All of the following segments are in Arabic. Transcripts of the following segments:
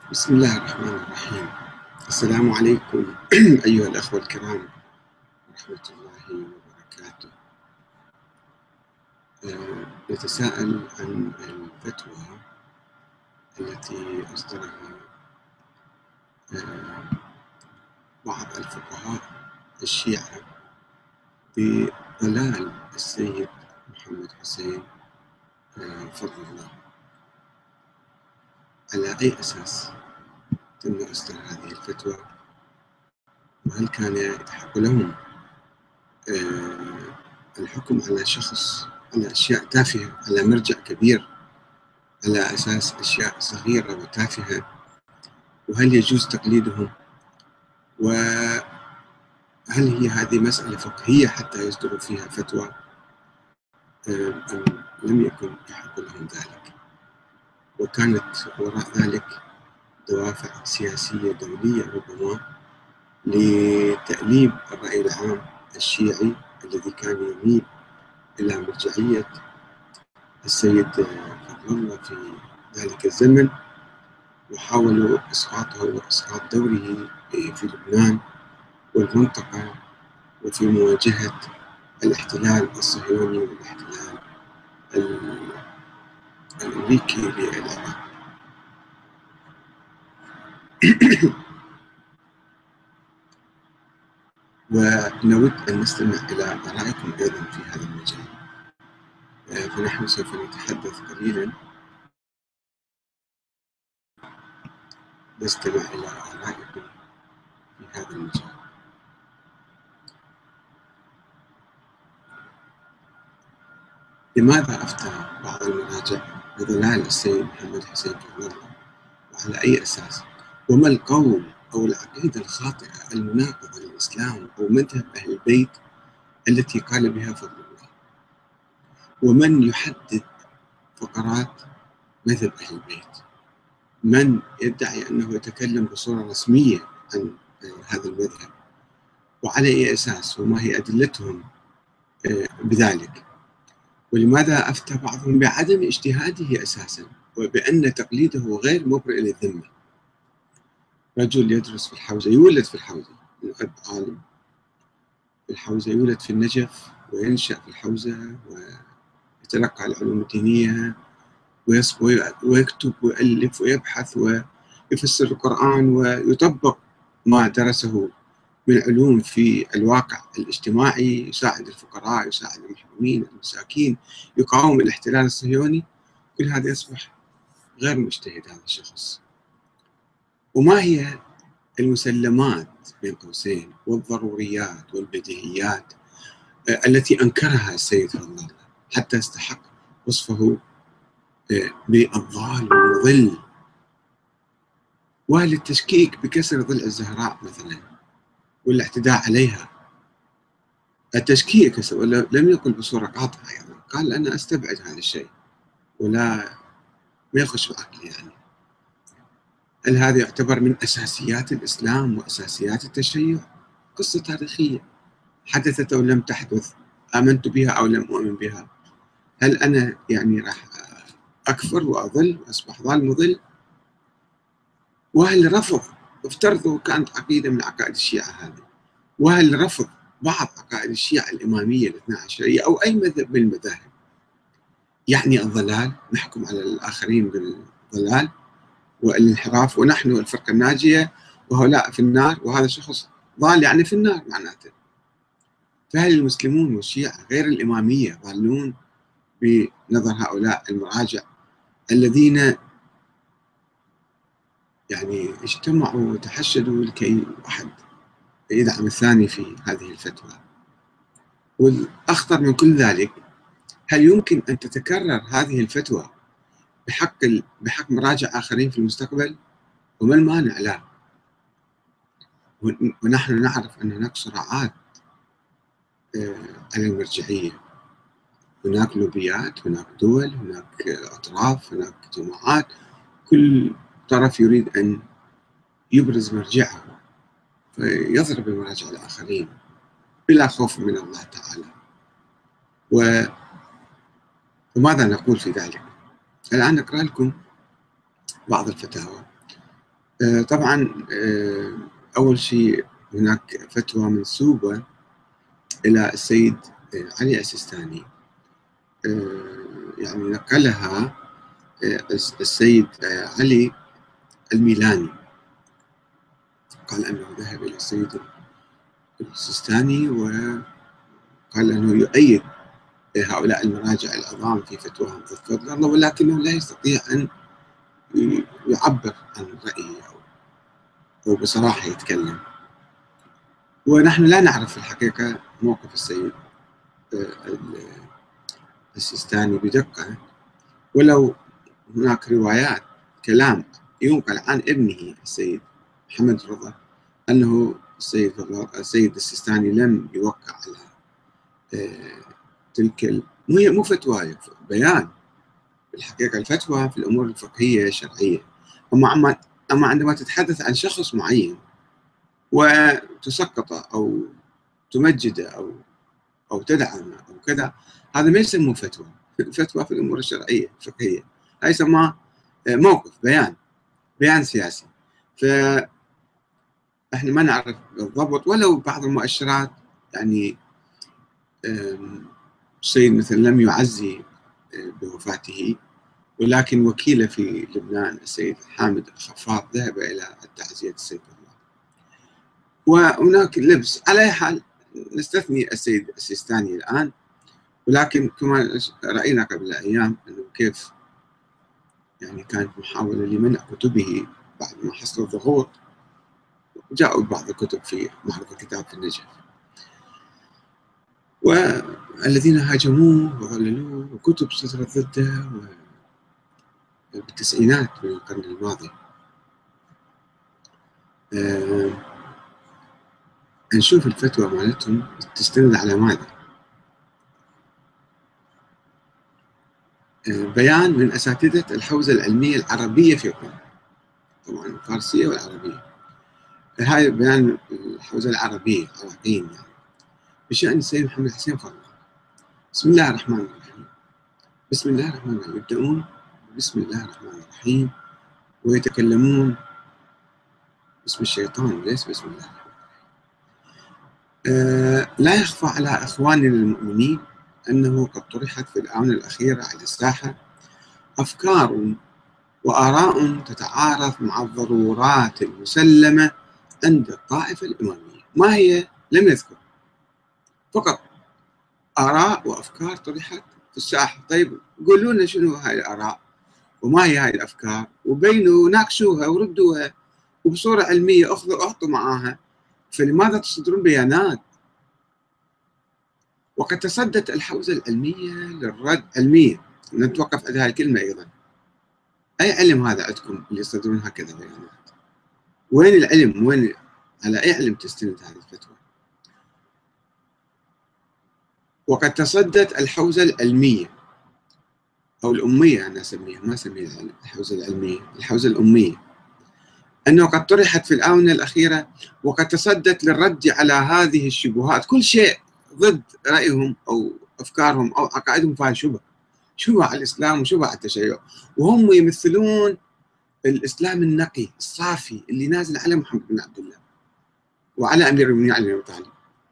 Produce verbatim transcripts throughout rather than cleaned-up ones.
بسم الله الرحمن الرحيم. السلام عليكم أيها الأخوة الكرام ورحمة الله وبركاته. أه نتساءل عن الفتوى التي أصدرها أه بعض الفقهاء الشيعة بضلال السيد محمد حسين أه فضل الله. على أي أساس تم إصدار هذه الفتوى؟ وهل كان يحق لهم أه الحكم على شخص على أشياء تافهة، على مرجع كبير على أساس أشياء صغيرة وتافهة؟ وهل يجوز تقليدهم؟ وهل هي هذه مسألة فقهية حتى يصدروا فيها فتوى أم لم يكن يحق لهم ذلك؟ وكانت وراء ذلك دوافع سياسية دولية ربما لتأليب الرأي العام الشيعي الذي كان يميل إلى مرجعية السيد فضل الله في ذلك الزمن، وحاولوا إسقاطه وإسقاط دوره في لبنان والمنطقة وفي مواجهة الاحتلال الصهيوني والاحتلال الأمريكي للعراق. ونود أن نستمع إلى آرائكم أيضا في هذا المجال، فنحن سوف نتحدث قليلا نستمع إلى آرائكم في هذا المجال. لماذا أفتى بعض المراجع بضلال السيد محمد حسين فضل الله؟ وعلى أي أساس؟ وما القول أو العقيدة الخاطئة المناقضة للإسلام أو مذهب أهل البيت التي قال بها فضل الله؟ ومن يحدد فقرات مذهب أهل البيت؟ من يدعي أنه يتكلم بصورة رسمية عن هذا المذهب؟ وعلى أي أساس؟ وما هي أدلتهم بذلك؟ ولماذا أفتى بعضهم بعدم اجتهاده أساسا وبأن تقليده غير مبرئ للذمة؟ رجل يدرس في الحوزة، يولد في الحوزة من أب عالم في الحوزة، يولد في النجف وينشأ في الحوزة ويتلقى العلوم الدينية ويكتب ويؤلف ويبحث ويفسر القرآن ويطبق ما درسه من علوم في الواقع الاجتماعي، يساعد الفقراء، يساعد المحرومين المساكين، يقاوم الاحتلال الصهيوني. كل هذا يصبح غير مجتهد هذا الشخص. وما هي المسلمات بين قوسين والضروريات والبديهيات التي أنكرها السيد فضل الله حتى استحق وصفه بالضال والمضل؟ وهل التشكيك بكسر ضلع الزهراء مثلا والاعتداء عليها؟ التشكيك لم يقل بصورة قاطعة، يعني قال أنا أستبعد هذا الشيء ولا ما يخش بعقلي. يعني هل هذا يعتبر من أساسيات الإسلام وأساسيات التشيع؟ قصة تاريخية حدثت أو لم تحدث، آمنت بها أو لم أؤمن بها. هل أنا يعني راح أكفر وأضل وأصبح ضال مضل؟ وهل رفض، افترضوا كانت عقيدة من عقائد الشيعة هذه، وهل رفض بعض عقائد الشيعة الإمامية الاثنا عشرية أو أي مذهب من المذاهب يعني الضلال؟ نحكم على الآخرين بالضلال والانحراف، ونحن الفرقة الناجية وهؤلاء في النار، وهذا شخص ضال يعني في النار معناته. فهل المسلمون والشيعة غير الإمامية ضالون بنظر هؤلاء المراجع الذين يعني اجتمعوا وتحشدوا لكي واحد يدعم الثاني في هذه الفتوى؟ والأخطر من كل ذلك، هل يمكن أن تتكرر هذه الفتوى بحق بحق مراجع آخرين في المستقبل؟ وما المانع؟ لا. ونحن نعرف أن هناك صراعات على المرجعية، هناك لوبيات، هناك دول، هناك أطراف، هناك جماعات، كل طرف يريد أن يبرز مرجعه فيضرب المراجع الآخرين بلا خوف من الله تعالى. وماذا نقول في ذلك؟ الآن نقرأ لكم بعض الفتاوى. آه، طبعا آه، أول شيء هناك فتوى منسوبة إلى السيد آه، علي السيستاني، آه، يعني نقلها آه، السيد آه، علي الميلاني، قال أنه ذهب إلى السيد السيستاني وقال أنه يؤيد هؤلاء المراجع العظام في فتواهم ضد فضل الله، ولكنه لا يستطيع أن يعبر عن رأيه أو بصراحة يتكلم. ونحن لا نعرف في الحقيقة موقف السيد السيستاني بدقة، ولو هناك روايات كلام ينقل عن ابنه السيد محمد رضا أنه السيد السيد السيستاني لم يوقع على تلك مو مو فتوى، بيان. الحقيقة الفتوى في الأمور الفقهية الشرعية، أما أما عندما تتحدث عن شخص معين وتسقطه أو تمجده أو أو تدعمه أو كذا، هذا ما يسمى فتوى. الفتوى في الأمور الشرعية الفقهية هاي يسمى موقف، بيان بيان سياسي. فإحنا ما نعرف بالضبط، ولو بعض المؤشرات يعني السيد مثلا لم يعزي بوفاته، ولكن وكيله في لبنان السيد حامد الخفاض ذهب إلى تعزية السيد الله، وهناك لبس. على أي حال نستثني السيد السيستاني الآن، ولكن كما رأينا قبل أيام أنه كيف يعني كانت محاولة لمنع كتبه بعد ما حصل الضغوط، جاءوا بعض الكتب في معرض الكتاب في النجف، والذين هاجموه وظللوه وكتب صدرت ضده بالتسعينات من القرن الماضي. أه نشوف الفتوى مالتهم تستند على ماذا. أه بيان من أساتذة الحوزة العلمية العربية في قم، طبعا الفارسية والعربية. هاي بيان الحوزة العربية العراقيين يعني بشأن السيد محمد حسين فضل. بسم الله الرحمن الرحيم. بسم الله الرحمن الرحيم. يبدأون بسم الله الرحمن الرحيم ويتكلمون باسم الشيطان وليس بسم الله الرحمن الرحيم. أه لا يخفى على إخواننا المؤمنين أنه قد طرحت في الآونة الأخيرة على الساحة أفكار وآراء تتعارض مع الضرورات المسلمة عند الطائفة الإمامية. ما هي؟ لم يذكر، فقط آراء وأفكار طرحت في الساحة. طيب قولوا لنا شنو هاي الآراء وما هي هاي الأفكار، وبينوا ناقشوها وردوها وبصورة علمية، أخذوا أعطوا معاها. فلماذا تصدرون بيانات؟ وقد تصدت الحوزة العلمية للرد، علمية نتوقف عند هاي الكلمة أيضا. أي علم هذا عندكم اللي يصدرون هكذا بيانات؟ وين العلم؟ وين على أي علم تستند هذه الفتوى؟ وقد تصدت الحوزة العلمية أو الأمية، أنا أسميها، ما أسميها الحوزة العلمية، الحوزة الأمية، أنه قد طرحت في الآونة الأخيرة وقد تصدت للرد على هذه الشبهات. كل شيء ضد رأيهم أو أفكارهم أو عقائدهم فيها شبه، شبه على الإسلام وشبه على التشيع، وهم يمثلون الإسلام النقي الصافي اللي نازل على محمد بن عبد الله وعلى أمير المؤمنين علي بن أبي طالب.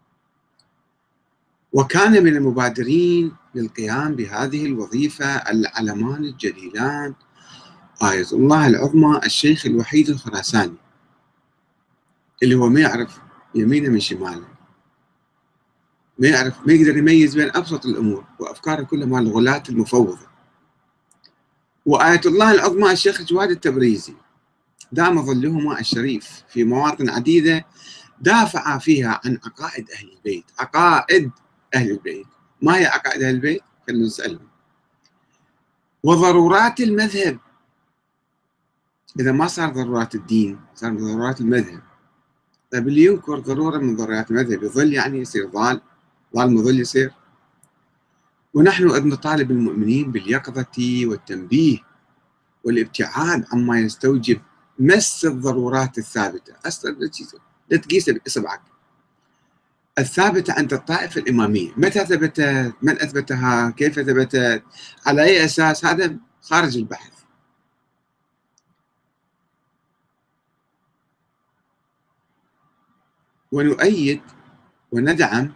وكان من المبادرين للقيام بهذه الوظيفة العلمان الجليلان آية الله العظمى الشيخ الوحيد الخراساني، اللي هو ما يعرف يمينه من شماله، ما يعرف، ما يقدر يميز بين أبسط الأمور، وأفكاره كلها مال الغلاة المفوضة. وآية الله العظمى الشيخ جواد التبريزي دام ظلهما الشريف في مواطن عديدة دافع فيها عن عقائد أهل البيت. عقائد أهل البيت، ما هي عقائد أهل البيت؟ خلينا نسألهم. وضرورات المذهب، إذا ما صار ضرورات الدين صار ضرورات المذهب. طيب اللي ينكر ضرورة من ضرورات المذهب يظل يعني يصير ضال، ضال مظل يصير. ونحن إذ نطالب المؤمنين باليقظة والتنبيه والابتعاد عما يستوجب مس الضرورات الثابتة. أصلا لا تقيسها بإصبعك، الثابتة عند الطائفة الإمامية. متى ثبتت؟ من أثبتها؟ كيف ثبتت؟ على أي أساس؟ هذا خارج البحث. ونؤيد وندعم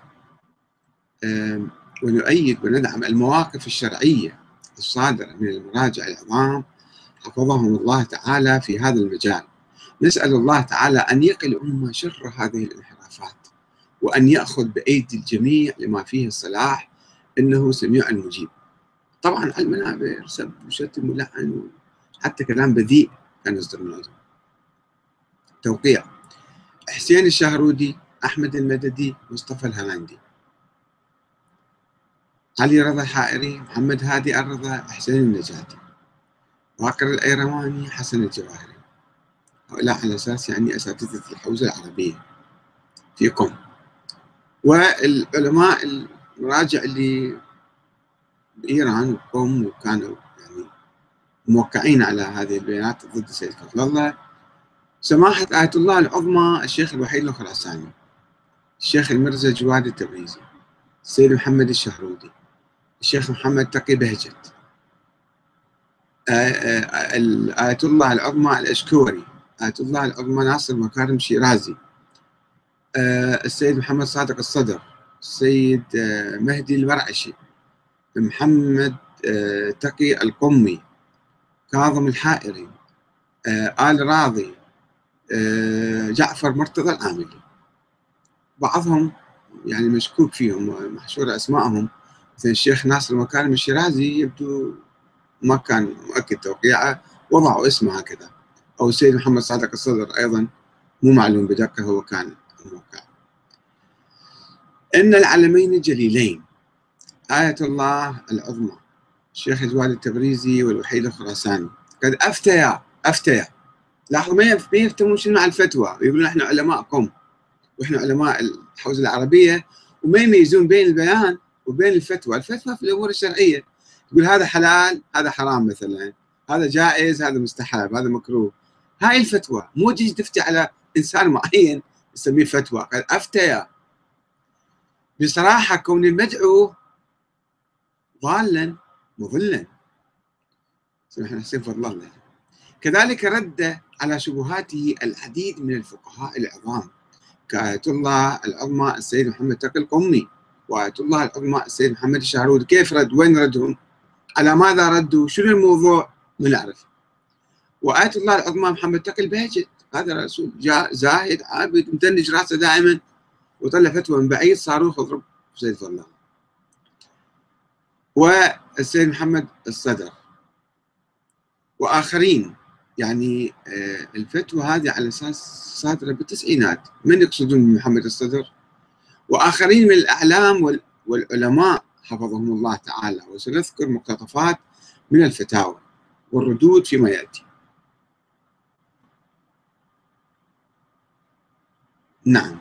ونؤيد وندعم المواقف الشرعية الصادرة من المراجع العظام حفظهم الله تعالى في هذا المجال. نسأل الله تعالى أن يقي الأمة شر هذه الانحرافات، وأن يأخذ بأيدي الجميع لما فيه الصلاح، إنه سميع مجيب. طبعا على المنابر سب وشتم ولعن، حتى كلام بذيء كان يصدر من عندهم. توقيع: حسين الشهرودي، أحمد المددي، مصطفى الهمندي، علي رضا الحائري، محمد هادي الرضا، حسين النجاتي، باقر الأيرواني، حسن الجواهري. هؤلاء على أساس يعني أساتذة الحوزة العربية في قم. والعلماء المراجع اللي بإيران وقم وكانوا يعني موقعين على هذه البيانات ضد السيد فضل الله: سماحة آية الله العظمى الشيخ الوحيد الخراساني، الشيخ المرزا جواد التبريزي، السيد محمد الشهرودي، الشيخ محمد تقي بهجت، آية الله العظمى الأشكوري، آية الله العظمى ناصر مكارم شيرازي، السيد محمد صادق الصدر، السيد مهدي الورعشي، محمد تقي القمي، كاظم الحائري، آل راضي، جعفر مرتضى العاملي. بعضهم يعني مشكوك فيهم، محشورة أسمائهم، مثل الشيخ ناصر مكارم الشيرازي يبدو ما كان مؤكد توقيعه، وضعوا اسمه هكذا. أو السيد محمد صادق الصدر أيضا مو معلوم بدقة هو كان الموقع. إن العلمين الجليلين آية الله العظمى الشيخ جواد التبريزي والوحيد الخراساني قد أفتيا أفتيا لاحظوا ما يفتمون شنو مع الفتوى، يقولون احنا علماء قم واحنا علماء الحوزة العربية، وما يميزون بين البيان وبين الفتوى. الفتوى في الأمور الشرعية تقول هذا حلال هذا حرام، مثلا هذا جائز هذا مستحب هذا مكروه. هاي الفتوى، مو تجي تفتي على إنسان معين تسميه فتوى. قد أفتيا بصراحة كون المدعو ضالا مضلا، سمحنا حسين فضل الله. كذلك رد على شبهاته العديد من الفقهاء العظام كآية الله العظمى السيد محمد تقي القمي، وآية الله العظمى السيد محمد الشهرودي. كيف رد؟ وين ردهم؟ على ماذا ردوا؟ شنو الموضوع؟ ما نعرف. وآية الله العظمى محمد تقي البهجت، هذا رسول زاهد عابد مدنج راسه دائما، وطلع فتوى من بعيد صاروخ اضرب سيد فضل الله. والسيد محمد الصدر وآخرين، يعني الفتوى هذه على أساس صادرة بالتسعينات. من يقصدون محمد الصدر؟ وآخرين من الأعلام والعلماء حفظهم الله تعالى. وسنذكر مقتطفات من الفتاوى والردود فيما يأتي. نعم.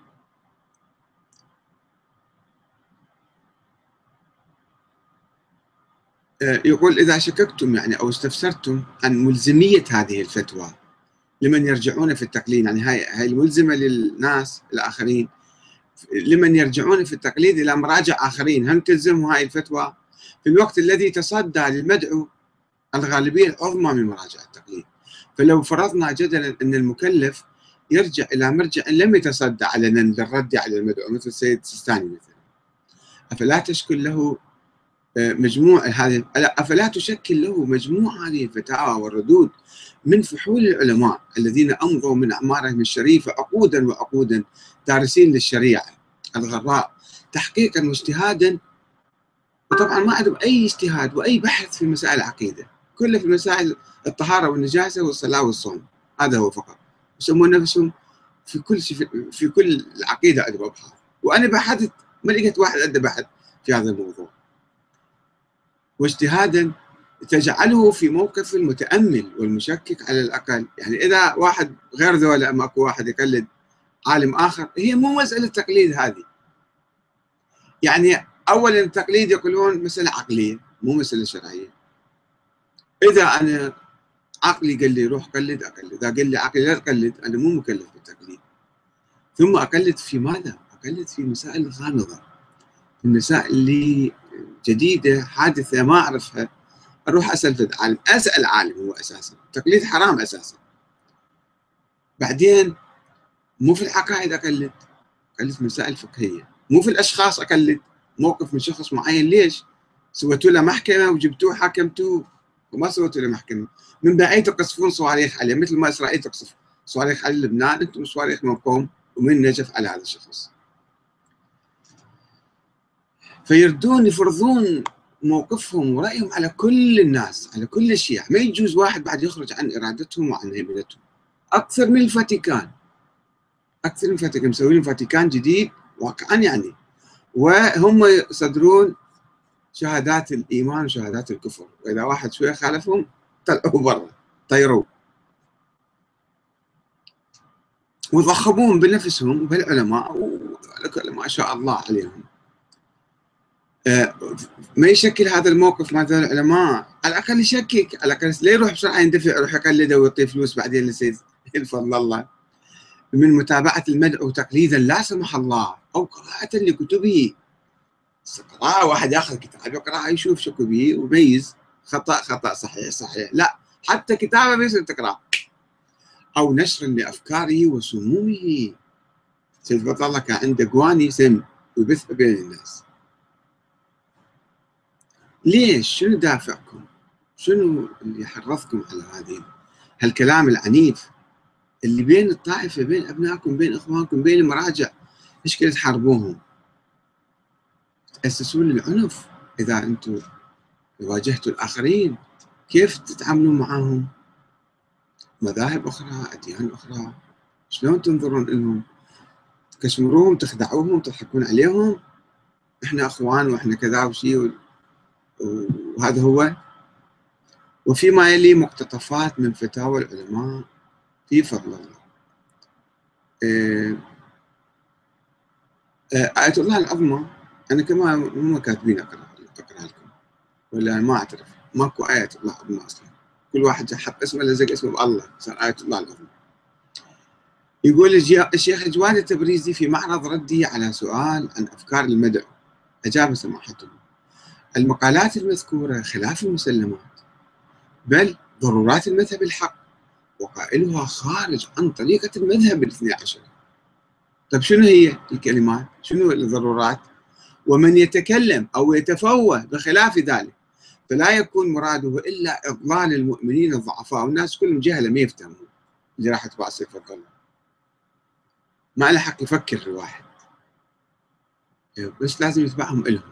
يقول: إذا شككتم يعني أو استفسرتم عن ملزمية هذه الفتوى لمن يرجعون في التقليد، يعني هاي هاي الملزمة للناس الآخرين، لمن يرجعون في التقليد إلى مراجع آخرين، هم تلزمهم هاي الفتوى في الوقت الذي تصدى للمدعو الغالبية العظمى من مراجع التقليد. فلو فرضنا جدلا أن المكلف يرجع إلى مرجع لم يتصدى علنا للرد على المدعو مثل السيد السيستاني مثلا، أفلا تشكل له مجموع هذه أفلا تشكل له مجموع هذه الفتاوى والردود من فحول العلماء الذين أمضوا من أعمارهم الشريفة عقودا وعقودا دارسين للشريعة الغراء تحقيقا واجتهادا، وطبعا ما عندهم أي اجتهاد وأي بحث في مسائل العقيدة، كله في مسائل الطهارة والنجاسة والصلاة والصوم، هذا هو فقط. يسمون نفسهم في كل شيء في كل العقيدة عندهم أبحاث، وأنا بحثت ما لقيت واحد عنده بحث في هذا الموضوع. واجتهادا تجعله في موقف المتأمل والمشكك على الأقل. يعني إذا واحد غير ذولا أما أكو واحد يقلد عالم آخر، هي مو مسألة تقليد هذه. يعني أولا التقليد يقولون مسألة عقلية مو مسألة شرعية. إذا أنا عقلي قال لي روح قلد أقلد، إذا قال لي عقلي لا تقلد أنا مو مكلف بالتقليد. ثم أقلد في ماذا؟ أقلد في مسائل غامضة، في المسائل اللي جديدة حادثة ما أعرفها، أروح أسأل في العالم، أسأل عالم. هو أساسا التقليد حرام أساسا. بعدين مو في العقائد أقلد، أقلد في مسائل فقهية، مو في الأشخاص أقلد موقف من شخص معين. ليش؟ سويتوا له محكمة وجبتوه حكمتوه، وما سويتوا له محكمة، من بعيد تقصفون صواريخ عليه، مثل ما إسرائيل تقصف صواريخ على لبنان، أنتم صواريخ من قوم ومن نجف على هذا الشخص. فيردون يفرضون موقفهم ورأيهم على كل الناس، على كل الشيعة. ما يجوز واحد بعد يخرج عن إرادتهم وعن هيبتهم. أكثر من الفاتيكان، أكثر من الفاتيكان، مسوين فاتيكان جديد واقعا يعني، وهم يصدرون شهادات الإيمان وشهادات الكفر، وإذا واحد شوية خالفهم طلعوه برا، طيروه، وضخمون بنفسهم وبالعلماء، وذلك ما شاء الله عليهم. ما يشكل هذا الموقف مع ذول العلماء، على الأقل يشكك، على الأقل لا يروح بسرعة يندفع يروح يقلده ويعطيه فلوس بعدين لسيد الفضل الله، من متابعة المدعو تقليدا لا سمح الله، أو قراءة لكتبه. قراءة واحد ياخذ كتاب يقرأ يشوف شو به ويميز خطأ خطأ صحيح صحيح، لا حتى كتابه ما يصير تقرأ. أو نشر لأفكاره وسمومه. سيد فضل الله كان عنده قواني سم ويبثها بين الناس. ليش؟ شنو دافعكم؟ شنو اللي يحرضكم على هذه هالكلام العنيف اللي بين الطائفة، بين أبنائكم، بين إخوانكم، بين المراجع؟ إيش كده تحاربوهم؟ تأسسون العنف. إذا أنتم واجهتوا الآخرين كيف تتعاملون معهم؟ مذاهب أخرى، أديان أخرى، شلون تنظرون لهم؟ تكشمروهم، تخدعوهم، تضحكون عليهم، إحنا أخوان وإحنا كذا وشي، وهذا هو. وفيما يلي مقتطفات من فتاوى العلماء في فضل الله. آية الله العظمى أنا كمان هم كاتبين أقرأ أقرأ لكم، ولا ما أعترف ماكو آية الله العظمى أصلا، كل واحد حط اسمه لزق اسمه بالله صار آية الله العظمى. يقول الشيخ الجواد التبريزي في معرض رده على سؤال عن أفكار المدعو، أجاب سماحته: المقالات المذكورة خلاف المسلمات، بل ضرورات المذهب الحق، وقائلها خارج عن طريقة المذهب الاثني عشر. طيب شنو هي الكلمات؟ شنو الضرورات؟ ومن يتكلم أو يتفوه بخلاف ذلك فلا يكون مراده إلا إضلال المؤمنين الضعفاء، والناس كلهم جهلة ما يفهمون اللي راح تبع سيف الله، ما له حق يفكر الواحد، بس لازم يتبعهم إلهم.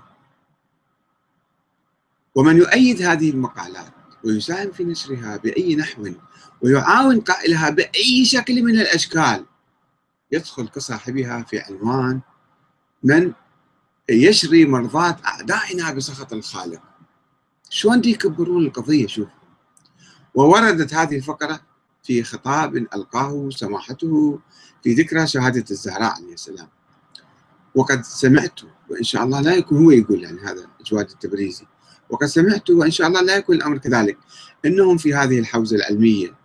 ومن يؤيد هذه المقالات ويساهم في نشرها بأي نحو ويعاون قائلها بأي شكل من الأشكال يدخل كصاحبها في عنوان من يشري مرضاة أعدائنا بسخط الخالق. شلون دي يكبرون القضية؟ شوف. ووردت هذه الفقرة في خطاب ألقاه سماحته في ذكرى شهادة الزهراء عليه السلام، وقد سمعت وإن شاء الله لا يكون، هو يقول يعني هذا جواد التبريزي، وقد سمعت وإن شاء الله لا يكون الأمر كذلك، أنهم في هذه الحوزة العلمية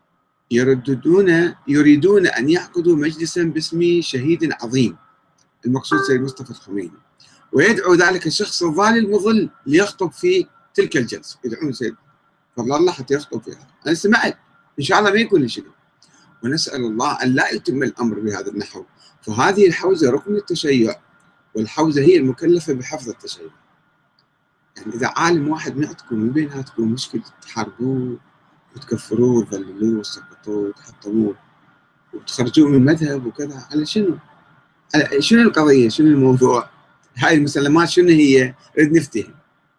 يرددون يريدون أن يعقدوا مجلسا باسم شهيد عظيم، المقصود سيد مصطفى الخميني، ويدعو ذلك الشخص الضال المضل ليخطب في تلك الجلسة. يدعون سيد فضل الله حتى يخطب فيها. أنا سمعت، إن شاء الله ما يكون شيء، ونسأل الله أن لا يتم الأمر بهذا النحو، فهذه الحوزة ركن التشيع، والحوزة هي المكلفة بحفظ التشيع. يعني إذا عالم واحد معتكم من بيناتكم مشكلة تحاربوه وتكفروه وتضللوه وتسقطوه وتحطموه وتخرجوه من المذهب وكذا، على شنو؟ على شنو القضية؟ شنو الموضوع؟ هاي المسلمات شنو هي؟ نريد نفتهم.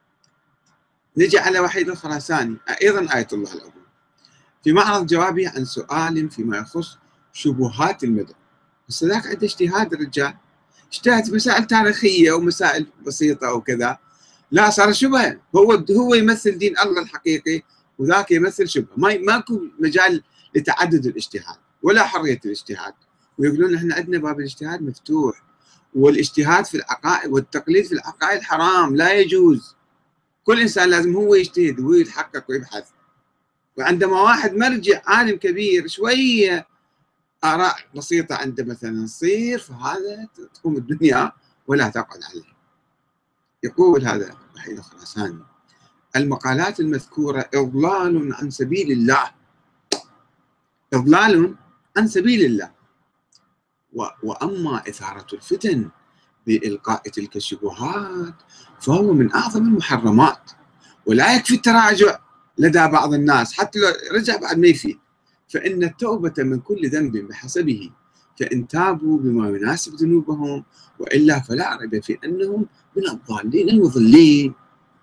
نجي على وحيد الخراساني أيضا آية الله العظمى في معرض جوابه عن سؤال فيما يخص شبهات المدعو. بس ذاك عنده اجتهاد الرجال، اجتهد في مسائل تاريخية ومسائل بسيطة وكذا، لا صار شبهة، هو هو يمثل دين الله الحقيقي وذاك يمثل شبهة، ما ماكو مجال لتعدد الاجتهاد ولا حرية الاجتهاد. ويقولون احنا عندنا باب الاجتهاد مفتوح، والاجتهاد في العقائد والتقليد في العقائد حرام لا يجوز، كل انسان لازم هو يجتهد وهو يتحقق ويبحث. وعندما واحد مرجع عالم كبير شويه اراء بسيطه عنده مثلا تصير، فهذا تقوم الدنيا ولا تقعد عليه. يقول هذا وحيد الخراساني: المقالات المذكوره اضلال عن سبيل الله، اضلال عن سبيل الله، وأما إثارة الفتن بإلقاء تلك الشبهات فهو من أعظم المحرمات، ولا يكفي التراجع لدى بعض الناس حتى لو رجع بعد ما يفيد، فإن التوبة من كل ذنب بحسبه، فإن تابوا بما يناسب ذنوبهم وإلا فلا ريب في أنهم من الضالين المضلين.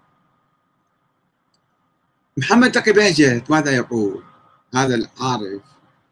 محمد تقي بهجت ماذا يقول؟ هذا العارف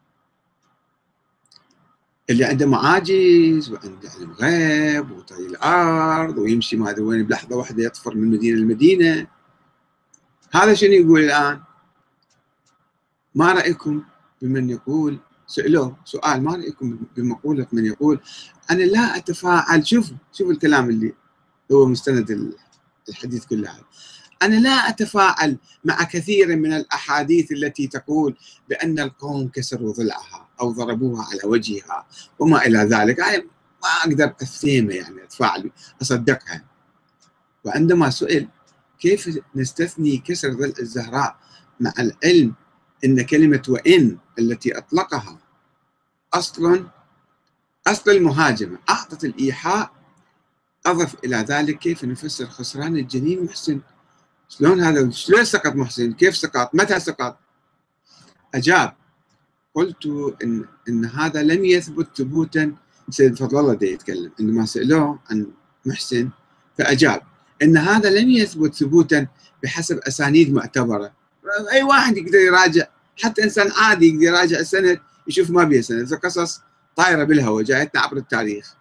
اللي عنده معاجز وعنده علم غيب وطي الأرض ويمشي ما أدري وين بلحظة واحدة يطفر من مدينة لمدينة، هذا شنو يقول الآن؟ ما رأيكم بمن يقول، سألوه سؤال، ما رأيكم بمقولة من يقول أنا لا أتفاعل، شوف شوف الكلام اللي هو مستند الحديث كله، أنا لا أتفاعل مع كثير من الأحاديث التي تقول بأن القوم كسروا ضلعها أو ضربوها على وجهها وما إلى ذلك، يعني ما أقدر أفتهمها يعني أتفاعل أصدقها. وعندما سئل كيف نستثني كسر ضلع الزهراء مع العلم أن كلمة وإن التي أطلقها أصلا أصل المهاجمة أعطت الإيحاء، أضف إلى ذلك كيف نفسر خسران الجنين محسن؟ شلون هذا؟ شلون سقط محسن؟ كيف سقط؟ متى سقط؟ أجاب قلت إن إن هذا لم يثبت ثبوتا. سيد فضل الله دا يتكلم عندما سألوه عن محسن فأجاب إن هذا لم يثبت ثبوتا بحسب أسانيد معتبرة. أي واحد يقدر يراجع، حتى إنسان عادي يقدر يراجع السند يشوف ما بيه سند، قصص طايرة بالهواء جايتنا عبر التاريخ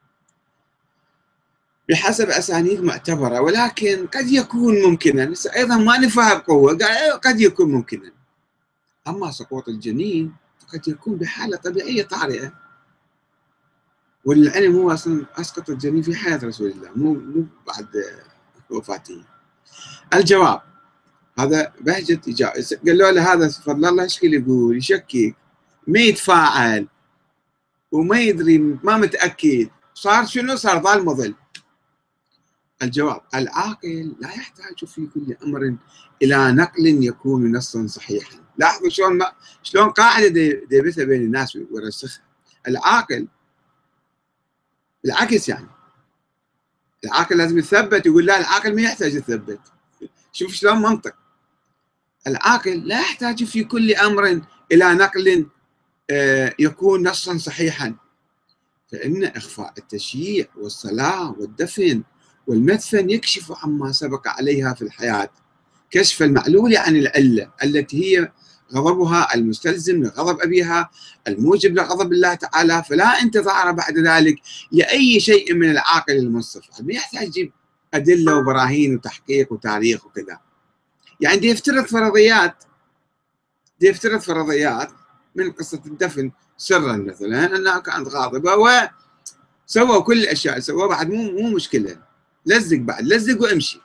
بحسب أسانيد معتبرة، ولكن قد يكون ممكنا أيضا ما نفهم بقوة، قد يكون ممكنا. أما سقوط الجنين قد يكون بحالة طبيعية طارئة، والعلم هو أصلا أسقط الجنين في حياة رسول الله مو مو بعد وفاته. الجواب هذا بهجة إجابة، قالوا له هذا فضل الله ايش يقول؟ يشكك، ما يتفاعل وما يدري، ما متأكد، صار شنو؟ صار ضال مضل. الجواب العاقل لا يحتاج في كل أمر إلى نقل يكون نصا صحيحا. لاحظوا شلون ما شلون قاعدة ديبثها بين الناس ويرسخها. العاقل بالعكس، يعني العاقل لازم يثبت، يقول لا العاقل ما يحتاج يثبت. شوف شلون منطق. العاقل لا يحتاج في كل أمر إلى نقل يكون نصا صحيحا، فإن إخفاء التشييع والصلاة والدفن والمدفن يكشف عما سبق عليها في الحياة، كشف المعلول عن العلة التي هي غضبها المستلزم لغضب أبيها الموجب لغضب الله تعالى، فلا انتظار بعد ذلك لأي شيء من العاقل المنصف. ما يحتاج يجيب أدلة وبراهين وتحقيق وتاريخ وكذا، يعني دي يفترض فرضيات دي يفترض فرضيات من قصة الدفن سرا مثلا أنها كانت غاضبة وسووا كل الأشياء سووا بعد، مو مو مشكلة، لزق بعد لزق وامشي.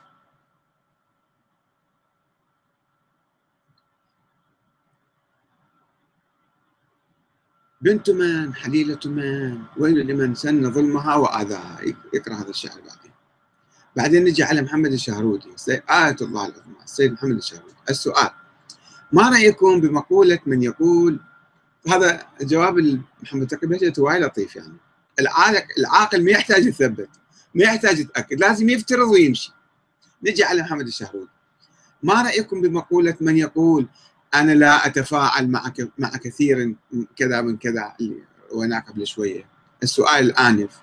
بنت من حليلة من ويل لمن سن ظلمها وآذاها. يقرأ هذا الشعر بعدين. بعدين نجي على محمد الشهرودي آية الله العظمى السيد محمد الشهرودي. السؤال ما رأيكم بمقولة من يقول، هذا جواب محمد تقي بهجت وايد لطيف، يعني العاقل العاقل ما يحتاج يثبت، ما يحتاج يتأكد، لازم يفترض ويمشي. نجي على محمد الشهرودي، ما رأيكم بمقولة من يقول أنا لا أتفاعل مع مع كثير كذا من كذا اللي وانا قبل شوية. السؤال الآنف.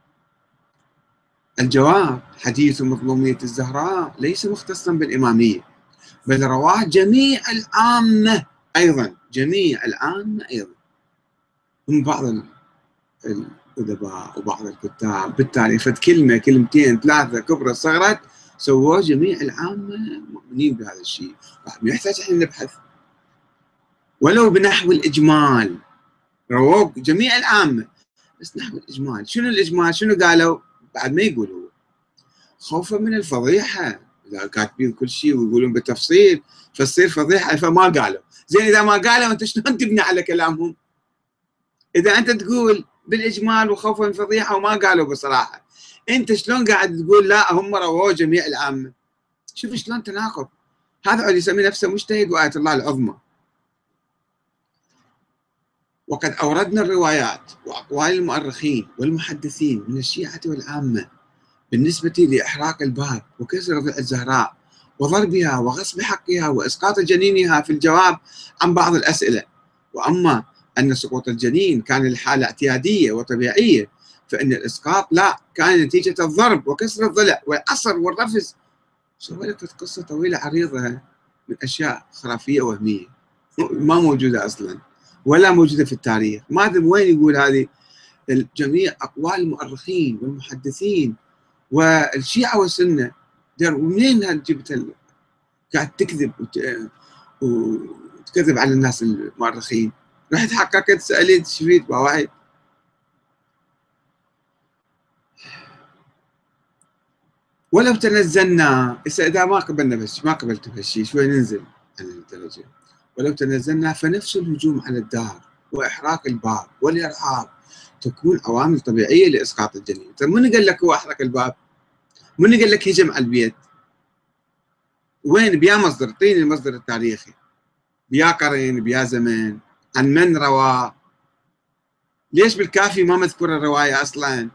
الجواب حديث مظلومية الزهراء ليس مختصا بالإمامية، بل رواه جميع العامة أيضا، جميع العامة أيضا من بعض الأدباء وبعض الكتاب بالتاريخ، كلمة كلمتين ثلاثة كبرت صغرت سووه جميع العامة مؤمنين بهذا الشيء، ما يحتاج احنا نبحث ولو بنحو الإجمال. رووه جميع العامة بس نحو الإجمال. شنو الإجمال؟ شنو قالوا؟ بعد ما يقولوا خوفا من الفضيحة، إذا كاتبين كل شيء ويقولون بالتفصيل فتصير فضيحة، فما قالوا. زين إذا ما قالوا أنت شلون تبني على كلامهم؟ إذا أنت تقول بالإجمال وخوفا من الفضيحة وما قالوا بصراحة، أنت شلون قاعد تقول لا هم رووه جميع العامة؟ شوف شلون تناقض. هذا اللي يسمي نفسه مجتهد وآية الله العظمى. وقد أوردنا الروايات وأقوال المؤرخين والمحدثين من الشيعة والعامة بالنسبة لإحراق الباب وكسر ضلع الزهراء وضربها وغصب حقها وإسقاط جنينها في الجواب عن بعض الأسئلة. وأما أن سقوط الجنين كان لحالة اعتيادية وطبيعية، فإن الإسقاط لا، كان نتيجة الضرب وكسر الضلع والعصر والرفس. سوى لك قصة طويلة عريضة من أشياء خرافية وهمية ما موجودة أصلا ولا موجودة في التاريخ. ما أدري وين يقول هذه جميع أقوال المؤرخين والمحدثين والشيعة والسنة، ومنين جبت قاعد تكذب وت... وتكذب على الناس المؤرخين؟ رحت حققت سألت شفيت بواحد. ولو تنزلنا إذا ما قبلنا بس ما قبلت بهالشيء شوي ننزل عن الدرجة. ولو تنزلنا فنفس الهجوم على الدار وإحراق الباب والإرهاب تكون عوامل طبيعية لإسقاط الجنين. طيب من قال لك هو أحرق الباب؟ من قال لك هجم على البيت؟ وين بيا مصدر؟ اعطيني المصدر التاريخي، بيا قرين، بيا زمن، عن من روى؟ ليش بالكافي ما مذكورة الرواية أصلا؟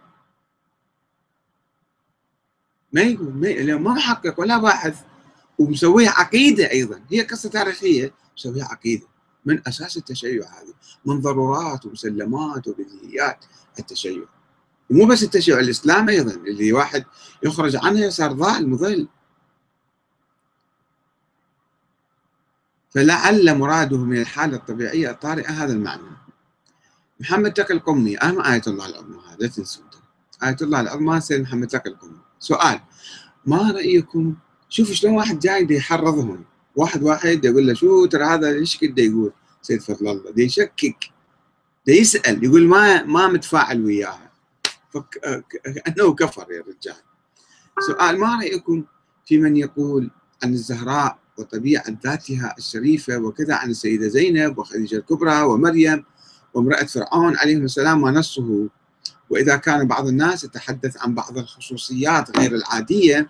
ما يقول ما, ما محقق ولا باحث، ومسويها عقيدة أيضا. هي قصة تاريخية مسويها عقيدة من أساس التشيع، هذه من ضرورات ومسلمات وبديهيات التشيع. ومو بس التشيع، الإسلام أيضا اللي واحد يخرج عنه صار ضال مضل. فلعل مراده من الحالة الطبيعية الطارئة هذا المعنى. محمد تقي القمي، أهم آية الله العظمى، هذا لا تنسوا آية الله العظمى سيد محمد تقي القمي. سؤال: ما رأيكم؟ شوف شلون واحد جاي دي يحرضهم، واحد واحد يقول له شو ترى هذا ايش كده يقول سيد فضل الله، دي يشكك، دي يسأل، يقول ما ما متفاعل وياها، كأنه كفر يا رجال. سؤال: ما رأيكم في من يقول عن الزهراء وطبيعة ذاتها الشريفة وكذا عن السيدة زينب وخديجة الكبرى ومريم وامرأة فرعون عليهم السلام ما نصه؟ وإذا كان بعض الناس يتحدث عن بعض الخصوصيات غير العادية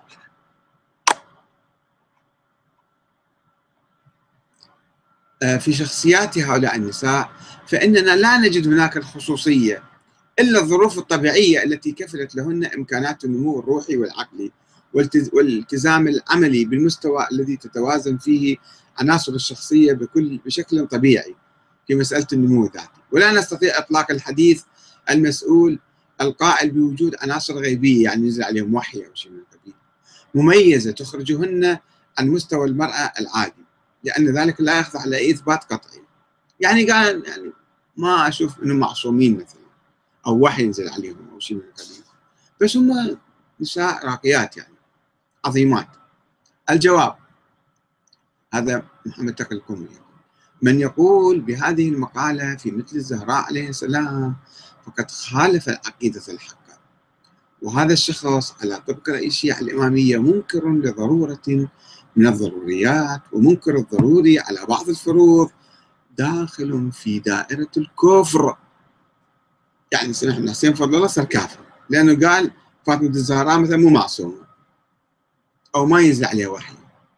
في شخصيات هؤلاء النساء، فإننا لا نجد هناك الخصوصية إلا الظروف الطبيعية التي كفلت لهن إمكانات النمو الروحي والعقلي والالتزام العملي بالمستوى الذي تتوازن فيه عناصر الشخصية بكل بشكل طبيعي في مسألة النمو الذاتي. ولا نستطيع إطلاق الحديث المسؤول القائل بوجود عناصر غيبية، يعني ينزل عليهم وحي أو شيء من القبيل، مميزة تخرجهن عن مستوى المرأة العادي، لأن ذلك لا يخضع لإثبات قطعي. يعني قال يعني ما أشوف أنهم معصومين مثلا أو وحي ينزل عليهم أو شيء من القبيل، بس هم نساء راقيات يعني عظيمات. الجواب: هذا محمد تقي القمي. من يقول بهذه المقالة في مثل الزهراء عليه السلام فقد خالف العقيدة الحقة، وهذا الشخص على طبق رأي الشيعة الإمامية منكر لضرورة من الضروريات ومنكر الضروري على بعض الفروض، داخل في دائرة الكفر. يعني سمعنا حسين فضل الله صار كافر لأنه قال فاطمة الزهراء مثلا مو معصومة أو ما ينزل عليها وحي.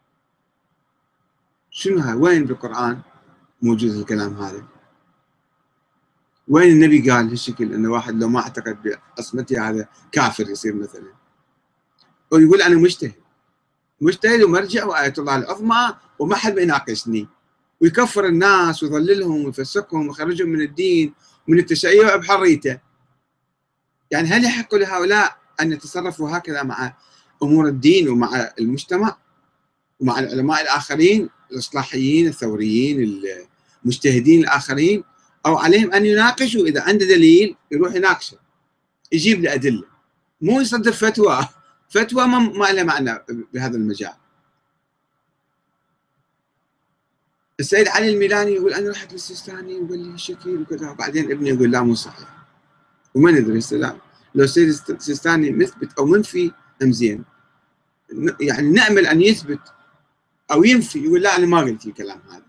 شنو هاي؟ وين بالقرآن موجود الكلام هذا؟ وين النبي قال هالشكل انه واحد لو ما اعتقد بعصمتي هذا كافر يصير مثلا؟ ويقول انا مجتهد مجتهد ومرجع وآية الله العظمى وما حد يناقشني، ويكفر الناس ويضللهم ويفسقهم ويخرجهم من الدين ومن التشيع بحريته. يعني هل يحق لهؤلاء ان يتصرفوا هكذا مع امور الدين ومع المجتمع ومع العلماء الاخرين الاصلاحيين الثوريين المجتهدين الاخرين؟ أو عليهم أن يناقشوا، إذا عنده دليل يروح يناقشه يجيب له أدلة، مو يصدر فتوى فتوى ما, ما لها معنى بهذا المجال. السيد علي الميلاني يقول أنا رحت للسيستاني وقال لي هالشكل وكذا، بعدين ابني يقول لا مو صحيح، وما ندري السلام لو السيد السيستاني مثبت أو منفي أم زين، يعني نأمل أن يثبت أو ينفي يقول لا أنا ما قلت الكلام هذا.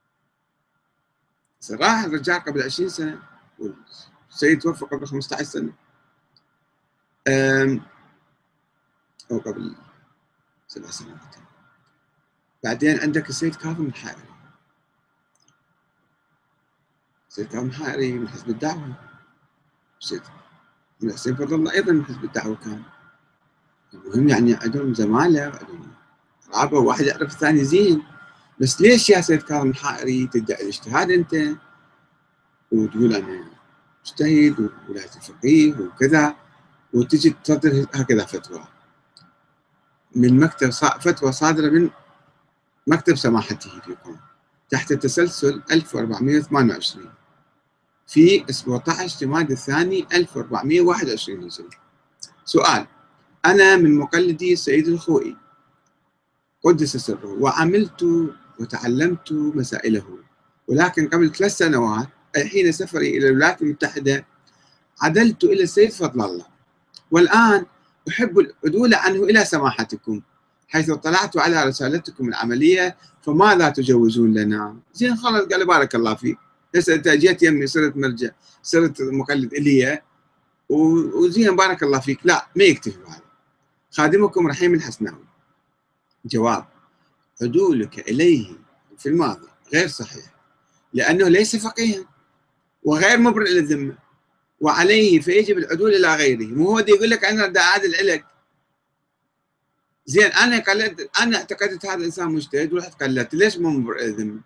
راح الرجال قبل عشرين سنة والسيد توفى قبل خمسة عشر سنة أو قبل سبع سنوات. بعدين عندك السيد كاظم الحائري السيد كاظم الحائري من حزب الدعوة، السيد الحسين فضل الله أيضا من حزب الدعوة كان. المهم يعني عندهم زمالة وعندهم قرابة، وواحد يعرف الثاني زين. بس ليش يا سيد كاظم الحائري تدعي الاجتهاد أنت وتقول أنا مجتهد وولاية الفقيه وكذا، وتجي تصدر هكذا فتوى من مكتب فتوى صادرة من مكتب سماحته فيكم تحت تسلسل ألف وأربعمئة وثمانية وعشرين في سبعة عشر جماد الثاني ألف وأربعمئة وواحد وعشرين هجري. سؤال: أنا من مقلدي السيد الخوئي قدس سره، وعملت وتعلمت مسائله، ولكن قبل ثلاث سنوات أي حين سفري إلى الولايات المتحدة عدلت إلى السيد فضل الله، والآن أحب العدول عنه إلى سماحتكم حيث اطلعت على رسالتكم العملية، فماذا تجوزون لنا؟ زين خلاص، قال بارك الله فيك، هسه أنت جيت يمي صرت مرجع، صرت مقلد إلي وزين بارك الله فيك. لا، ما يكتفي بهذا. خادمكم رحيم الحسناوي. جواب: عدولك إليه في الماضي غير صحيح، لأنه ليس فقيها وغير مبرئ للذمة، وعليه فيجب العدول إلى غيره. مو هو دي يقول لك أنا بدي أعادل إلك. زين أنا قلدت، أنا اعتقدت هذا الإنسان مجتهد ورحت قلدت، ليش مو مبرئ للذمة؟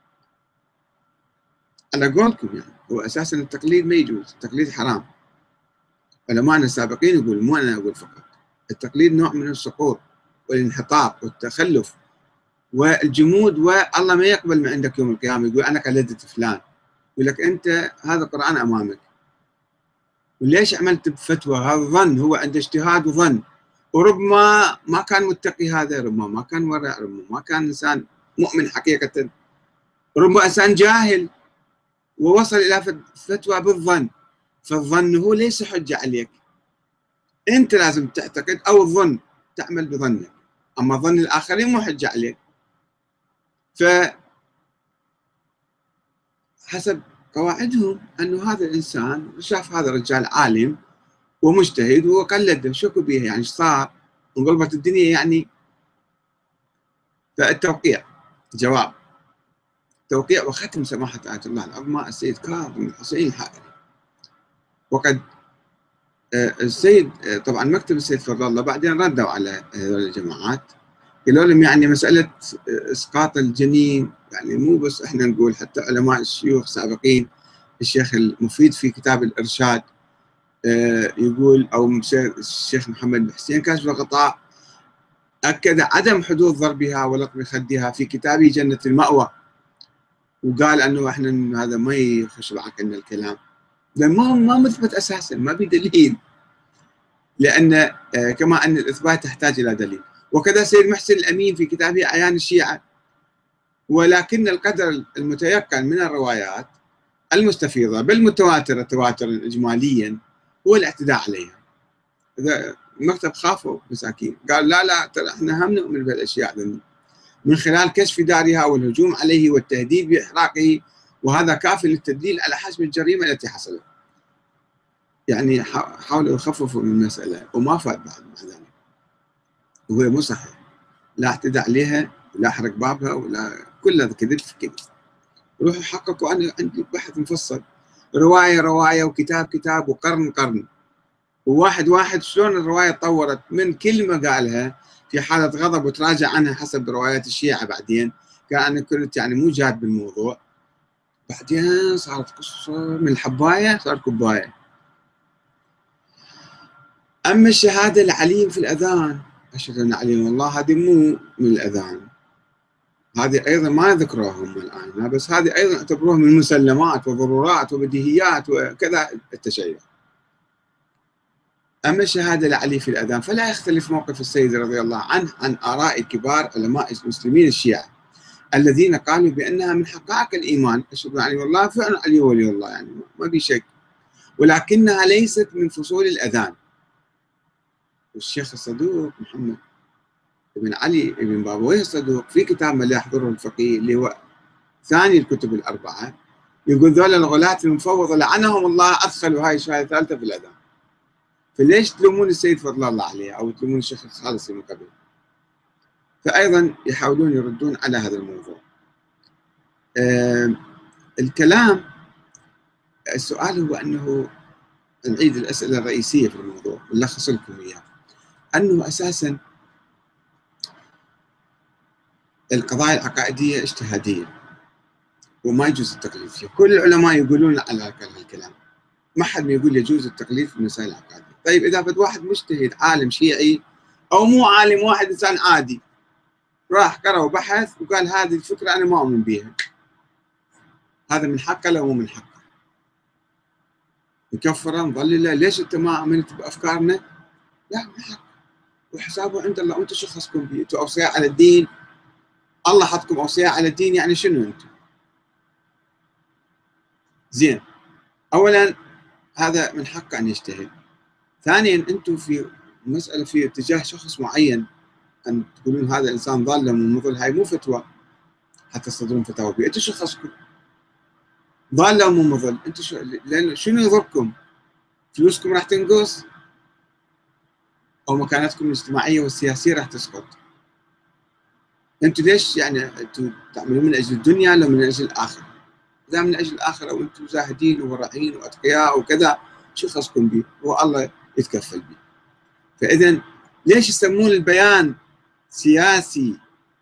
على قولكم يعني هو أساسا التقليد ما يجوز، التقليد حرام. علماءنا السابقين يقول، مو أنا أقول فقط، التقليد نوع من السقوط والانحطاط والتخلف والجمود، والله ما يقبل من عندك يوم القيامة. يقول أنا قلدت فلان، يقول لك أنت هذا القرآن أمامك، وليش عملت بفتوى؟ هذا ظن، هو عنده اجتهاد وظن، وربما ما كان متقي، هذا ربما ما كان ورع، ربما ما كان إنسان مؤمن حقيقة، ربما إنسان جاهل ووصل إلى فتوى بالظن. فالظن هو ليس حجة عليك، أنت لازم تعتقد أو الظن تعمل بظنك، أما ظن الآخرين مو حجة عليك. فحسب قواعدهم أنه هذا الإنسان شاف هذا الرجال عالم ومجتهد وقلده، شكو به يعني، صار انقلبت الدنيا يعني. فالتوقيع. جواب: توقيع وختم سماحة آية الله العظمى السيد كاظم الحسين الحائري. وقد السيد طبعا مكتب السيد فضل الله بعدين ردوا على هذول الجماعات، قالوا لهم يعني مسألة إسقاط الجنين يعني مو بس إحنا نقول، حتى علماء الشيوخ السابقين، الشيخ المفيد في كتاب الإرشاد يقول، أو الشيخ محمد بن حسين كاشف الغطاء أكد عدم حدوث ضربها ولطم خدها في كتابه جنة المأوى، وقال أنه إحنا هذا ما يخش بعقلنا الكلام، لأن ما ما مثبت أساسا، ما في دليل، لأن كما أن الإثبات تحتاج إلى دليل. وكذا سيد محسن الأمين في كتابه أعيان الشيعة، ولكن القدر المتيقن من الروايات المستفيضة بالمتواترة تواترا إجماليا هو الاعتداء عليها. إذا المكتب خافوا مساكين، قال لا لا ترى احنا هم نؤمن بهالاشياء ذني من خلال كشف دارها والهجوم عليه والتهديد باحراقه، وهذا كاف للتدليل على حجم الجريمه التي حصلت. يعني حاولوا يخففوا من المساله وما فات بعد مع ذلك، وهو مو صحيح، لا اعتدى عليها ولا حرق بابها ولا، كلها كذب في كذب. روحوا حققوا، انا عندي بحث مفصل، روايه روايه وكتاب كتاب وقرن قرن، وواحد واحد شلون الرواية تطورت من كلمة قالها في حالة غضب وتراجع عنها حسب روايات الشيعة. بعدين كان أنا كنت يعني مو جاد بالموضوع، بعدين صارت قصة من الحباية صار كباية. أما الشهادة العليم في الأذان، أشهد أن عليم الله، هذه مو من الأذان، هذه أيضا ما ذكروهم الآن، بس هذه أيضا اعتبروها من المسلمات وضرورات وبديهيات وكذا التشيع. أما الشهادة لعلي في الأذان فلا يختلف موقف السيد رضي الله عنه عن آراء كبار علماء المسلمين الشيعة الذين قالوا بأنها من حقائق الإيمان، أشهد أن علي الله، فعلا علي ولي الله، يعني ما في شك، ولكنها ليست من فصول الأذان. والشيخ الصدوق محمد بن علي بن بابويه الصدوق في كتاب من لا يحضره الفقيه اللي هو ثاني الكتب الأربعة يقول ذول الغلاة المفوضة لعنهم الله أدخلوا هاي الشهادة الثالثة في الأذان. فليش تلومون السيد فضل الله عليه أو تلومون الشيخ الخالصي من قبل؟ فأيضا يحاولون يردون على هذا الموضوع. آه الكلام السؤال هو أنه نعيد الأسئلة الرئيسية في الموضوع نلخص لكم إياه، أنه أساسا القضايا العقائدية اجتهادية وما يجوز التقليد فيها. كل العلماء يقولون على هالكلام، ما حد يقول يجوز التقليد في المسائل العقائدية. طيب إذا بد واحد مجتهد عالم شيعي أو مو عالم، واحد إنسان عادي راح قرأ وبحث وقال هذه الفكرة أنا ما أؤمن بها، هذا من حقه لو مو من حقه؟ نكفره نضلله؟ ليش أنت ما آمنت بأفكارنا؟ لا، من حقه وحسابه عند الله. وأنتم شو خصكم به؟ أنتم أوصياء على الدين، الله حطكم أوصياء على الدين، يعني شنو أنتم؟ زين، أولا هذا من حقه أن يجتهد. ثانيا أنتم في مسألة في اتجاه شخص معين أن تقولون هذا الإنسان ضال من مضل، هاي مو فتوى حتى تصدرون فتاوى بها. أنتم شو خصكم؟ ضال مو مضل، أنتم شو، لأن شنو يضركم؟ فلوسكم راح تنقص أو مكانتكم الاجتماعية والسياسية راح تسقط. أنتم ليش يعني أنتم تعملون من أجل الدنيا لو من أجل الآخرة؟ إذا من أجل الآخرة وأنتم زاهدين وورعين وأتقياء وكذا، شو خصكم به؟ هو الله يتكفل به. فإذا ليش يسمون البيان سياسي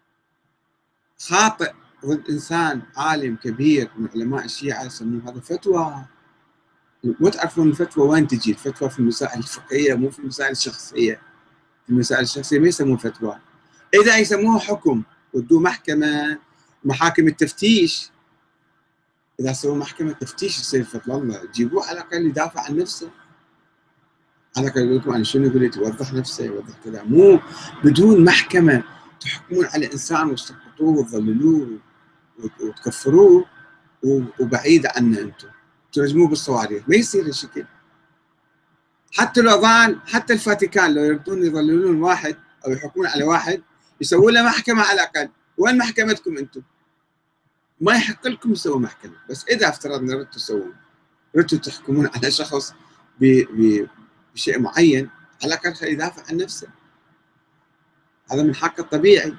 خاطئ ضد إنسان عالم كبير من علماء الشيعة؟ يسمون هذا فتوى. وتعرفون الفتوى وين تجي؟ الفتوى في المسائل الفقهية مو في المسائل الشخصية. في المسائل الشخصية ما يسمون فتوى. إذا يسموه حكم ودوه محكمة، محاكم التفتيش، إذا سووا محكمة تفتيش يصير فضل الله، جيبوه على الأقل يدافع عن نفسه، على الأقل يقول لكم عن شنو، يقول يوضح نفسه يوضح كذا، مو بدون محكمة تحكمون على إنسان وتسقطوه وتضللوه وتكفروه وبعيد عنا أنتم ترجموه بالصواريخ. ما يصير هالشكل. حتى لو ضال، حتى الفاتيكان لو يردون يضللون واحد أو يحكمون على واحد يسوون له محكمة على الأقل. وين محكمتكم أنتم؟ ما يحق لكم تسووا محكمة. بس إذا افترضنا ردتوا تسوون، ردتوا تحكمون على شخص بشيء معين، على الأقل خليه يدافع عن نفسه، هذا من حقه الطبيعي.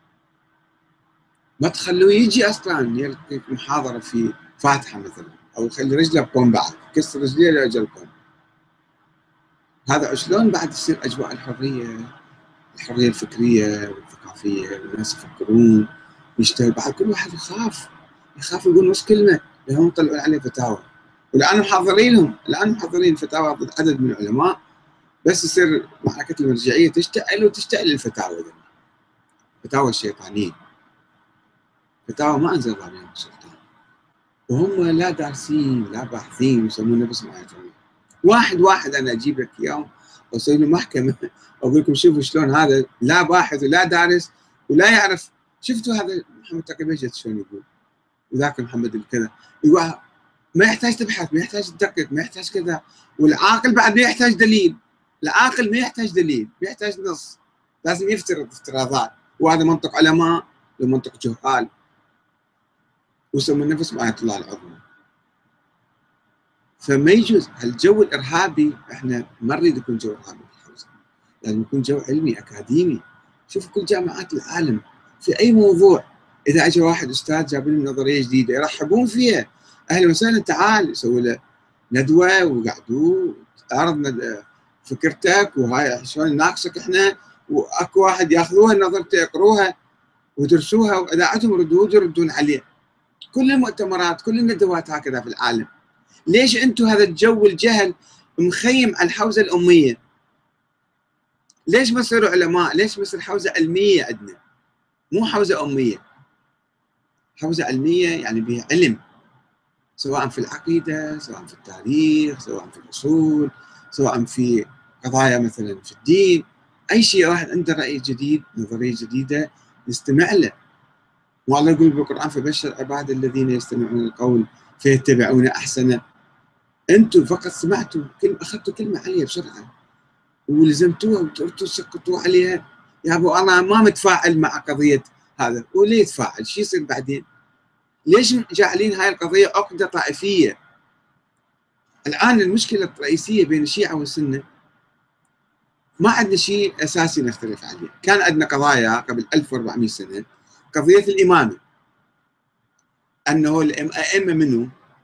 ما تخلوه يجي أصلا يلقي محاضرة في فاتحة مثلا، أو يخلي رجله بقوم بعد كسر رجليه لأجلكم. هذا شلون بعد يصير أجواء الحرية، الحرية الفكرية والثقافية، والناس يفكرون يشتغل. بعد كل واحد يخاف يخاف يقول نص كلمة لهم يطلعون عليه فتاوى. والآن محضرينهم، الآن محضرين فتاوى ضد عدد من العلماء، بس يصير معركة المرجعية تشتعل وتشتعل الفتاوى ذي، فتاوى الشيطانية، فتاوى ما أنزل الله بهم سلطان، وهم لا دارسين لا باحثين، يسمونه بس آية الله. واحد واحد أنا أجيب لك إياهم وأسوي له محكمة وأقول لكم شوفوا شلون هذا لا باحث ولا دارس ولا يعرف. شفتوا هذا محمد تقي بهجت شلون يقول، وذاك محمد الكذا يقول ما يحتاج تبحث، ما يحتاج تدقق، ما يحتاج كذا. والعاقل بعد ما يحتاج دليل، العاقل ما يحتاج دليل، ما يحتاج نص، لازم يفترض افتراضات، وهذا منطق علماء ومنطق جهال، ويسمون نفس آية الله العظمى. فما يجوز هالجو الإرهابي. احنا ما نريد يكون جو إرهابي في الحوزة، لازم يكون جو علمي أكاديمي. شوفوا كل جامعات العالم في أي موضوع إذا أجى واحد أستاذ جاب لهم نظرية جديدة يرحبون فيها، أهلا وسهلا، تعال يسوي له ندوة وقعدوا أعرض فكرتك وهاي شلون نناقشك إحنا، وأكو واحد ياخذوها نظرته يقروها ودرسوها، وإذا عندهم ردود يردون عليه. كل المؤتمرات كل الندوات هكذا في العالم. ليش أنتم هذا الجو الجهل مخيم على الحوزة الأمية؟ ليش ما تصيروا علماء؟ ليش ما تصير حوزة علمية عندنا، مو حوزة أمية؟ حوزة علمية يعني بها علم، سواء في العقيدة، سواء في التاريخ، سواء في الأصول، سواء في قضايا مثلا في الدين. أي شيء واحد عنده رأي جديد، نظرية جديدة، نستمع له. والله يقول بالقرآن فبشر عباد الذين يستمعون القول فيتبعون أحسنه. أنتم فقط سمعتوا كلمة، أخذتوا كلمة عليها بسرعة ولزمتوها وتردتوا سقطوا عليها. يا أبو أنا ما متفاعل مع قضية هذا، وليه يتفاعل؟ شو يصير بعدين؟ ليش جاعلين هاي القضية عقدة طائفية؟ الآن المشكلة الرئيسية بين الشيعة والسنة ما عندنا شيء أساسي نختلف عليه. كان عندنا قضايا قبل ألف وأربعمئة سنة، قضية الإمامة، أنه الأئمة منه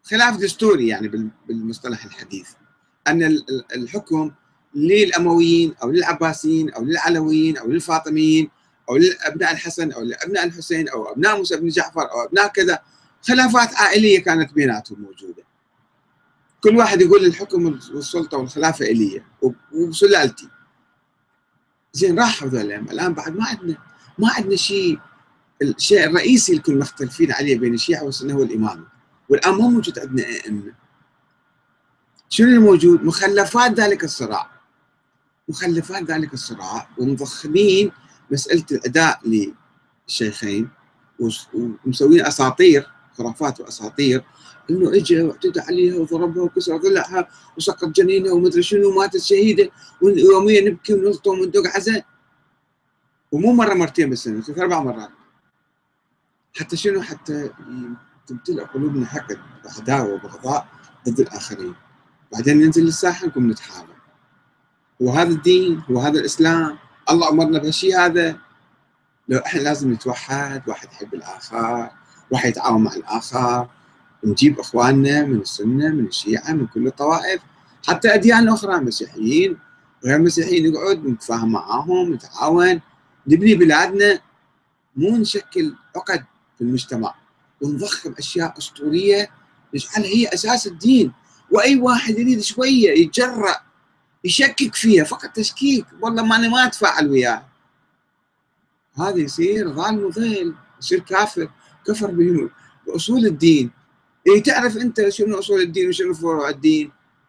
خلاف دستوري يعني بالمصطلح الحديث، أن الحكم للأمويين أو للعباسيين أو للعلويين أو للفاطميين أو لأبناء الحسن أو لأبناء الحسين أو أبناء موسى بن جعفر أو أبناء كذا، خلافات عائلية كانت بيناتهم موجودة، كل واحد يقول الحكم والسلطة والخلافة إلي وسلالتي. زين راحوا ذولهم، الآن بعد ما عندنا ما عندنا شيء. الشيء الرئيسي اللي كنا مختلفين عليه بين الشيعة والسنة هو الإمامة، والآن مو موجود عندنا أئمة. شنو الموجود؟ مخلفات ذلك الصراع، مخلفات ذلك الصراع، ومضخمين مسألة الأداء للشيخين ومسوين أساطير، خرافات وأساطير، إنه إجا واعتدى عليها وضربها وكسر ضلعها وسقط جنينها ومدري شنو وماتت شهيدة، ويوميا نبكي ونلطم وندق عزاء، ومو مرة مرتين بالسنة، ثلاث أربع مرات. حتى شنو؟ حتى تمتلئ قلوبنا حقد وعداوة وبغضاء ضد الآخرين، بعدين ننزل للساحة نقوم نتحارب. وهذا الدين، وهذا الإسلام، الله أمرنا بهالشيء هذا. لو إحنا لازم نتوحد، واحد يحب الآخر، واحد يتعاون مع الآخر، نجيب إخواننا من السنة من الشيعة من كل الطوائف، حتى أديان أخرى، مسيحيين غير مسيحيين، نقعد نتفاهم معاهم، نتعاون، نبني بلادنا، مو نشكل عقد في المجتمع ونضخم أشياء أسطورية نجعلها هي أساس الدين. وأي واحد يريد شوية يتجرأ يشكك فيها، فقط تشكيك، والله ما أنا ما أتفاعل وياه، هذا يصير ظالم وضيل، يصير كافر، كفر بأصول الدين. إيه تعرف أنت شنو أصول الدين وشنو فروع الدين؟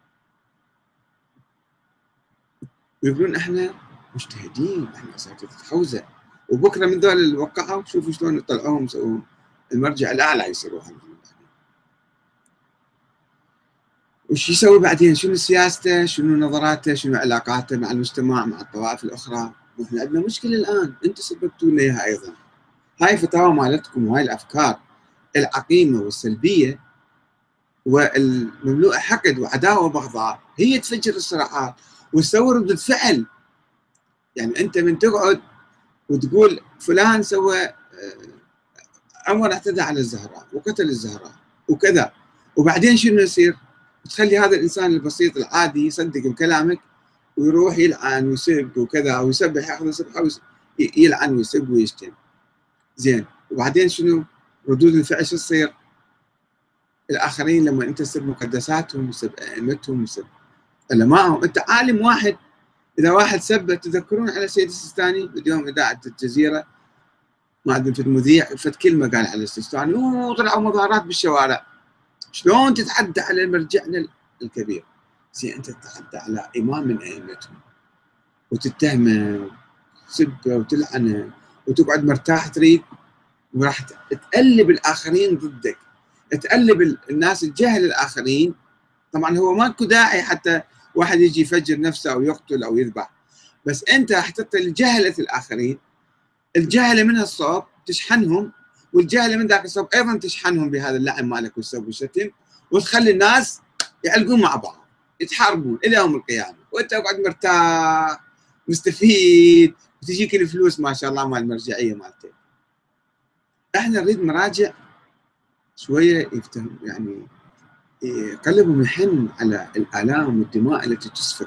ويقولون إحنا مجتهدين، إحنا أساتذة حوزة، وبكرة من ذول اللي وقعوا شوفوا شلون يطلعوهم يسوون المرجع الأعلى يصيروا عندهم. وش يسوي بعدين؟ شنو سياسته؟ شنو نظراته؟ شنو علاقاته مع المجتمع مع الطوائف الأخرى؟ نحن عندنا مشكلة الآن، أنتم سببتوا لنا إياها أيضا. هاي الفتاوى مالتكم وهاي الأفكار العقيمة والسلبية والمملوءة حقد وعداوة وبغضاء هي تفجر الصراعات وتسوي ردة فعل. يعني أنت من تقعد وتقول فلان سوى، عمر اعتدى على الزهراء وقتل الزهراء وكذا، وبعدين شنو يصير؟ تخلي هذا الإنسان البسيط العادي يصدق بكلامك ويروح يلعن ويسب وكذا ويسبح، ياخذ سبحه ويلعن ويسب ويشتم. زين، وبعدين شنو ردود الفعل؟ شو تصير؟ الآخرين لما أنت تسب مقدساتهم وتسب أئمتهم وتسب علمائهم، أنت عالم واحد، إذا واحد سب، تذكرون على سيد السيستاني اليوم إذاعة الجزيرة، ما أدري في المذيع فت كلمة قال على السيستاني وطلعوا مظاهرات بالشوارع. شلون تتعدى على مرجعنا الكبير؟ زين أنت تتعدى على إمام من أئمتهم وتتهمه وتسبه وتلعنه وتقعد مرتاح تريد، وراح تقلب الآخرين ضدك، تقلب الناس الجهل الآخرين. طبعا هو ماكو داعي حتى واحد يجي يفجر نفسه أو يقتل أو يذبح، بس أنت حتى الجهلة الآخرين، الجهلة من الصوب تشحنهم، والجهلة من ذاك الصوب أيضا تشحنهم بهذا اللعن مالك والسب والشتم، وتخلي الناس يعلقون مع بعض يتحاربون إلى يوم القيامة، وأنت اقعد مرتاح مستفيد وتجيك الفلوس ما شاء الله مال المرجعية مالتك. احنا نريد مراجع شوية يفتهم، يعني قلبهم يحن على الآلام والدماء التي تسفك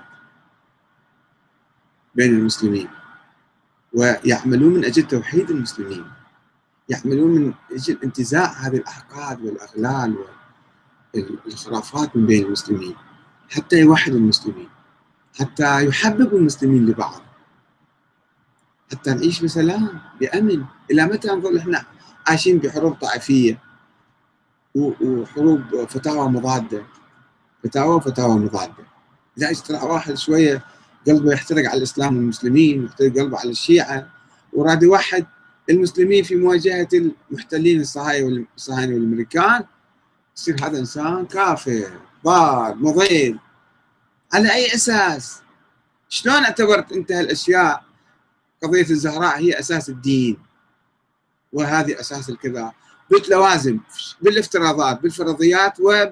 بين المسلمين، ويعملون من أجل توحيد المسلمين، يعملون من أجل انتزاع هذه الأحقاد والأغلال والخرافات من بين المسلمين، حتى يوحدوا المسلمين، حتى يحببوا المسلمين لبعض، حتى نعيش بسلام بأمن. إلى متى نظل إحنا عايشين بحروب طائفية وحروب فتاوى مضادة، فتاوى وفتاوى مضادة؟ إذا طلع واحد شوية قلبه يحترق على الإسلام والمسلمين ويحترق قلبه على الشيعة وراد يوحد المسلمين في مواجهة المحتلين الصهاينة والأمريكان، يصير هذا إنسان كافر ضال مضيل. على أي أساس؟ شلون اعتبرت أنت هالأشياء؟ قضية الزهراء هي أساس الدين وهذه أساس الكذا، باللوازم بالافتراضات بالفرضيات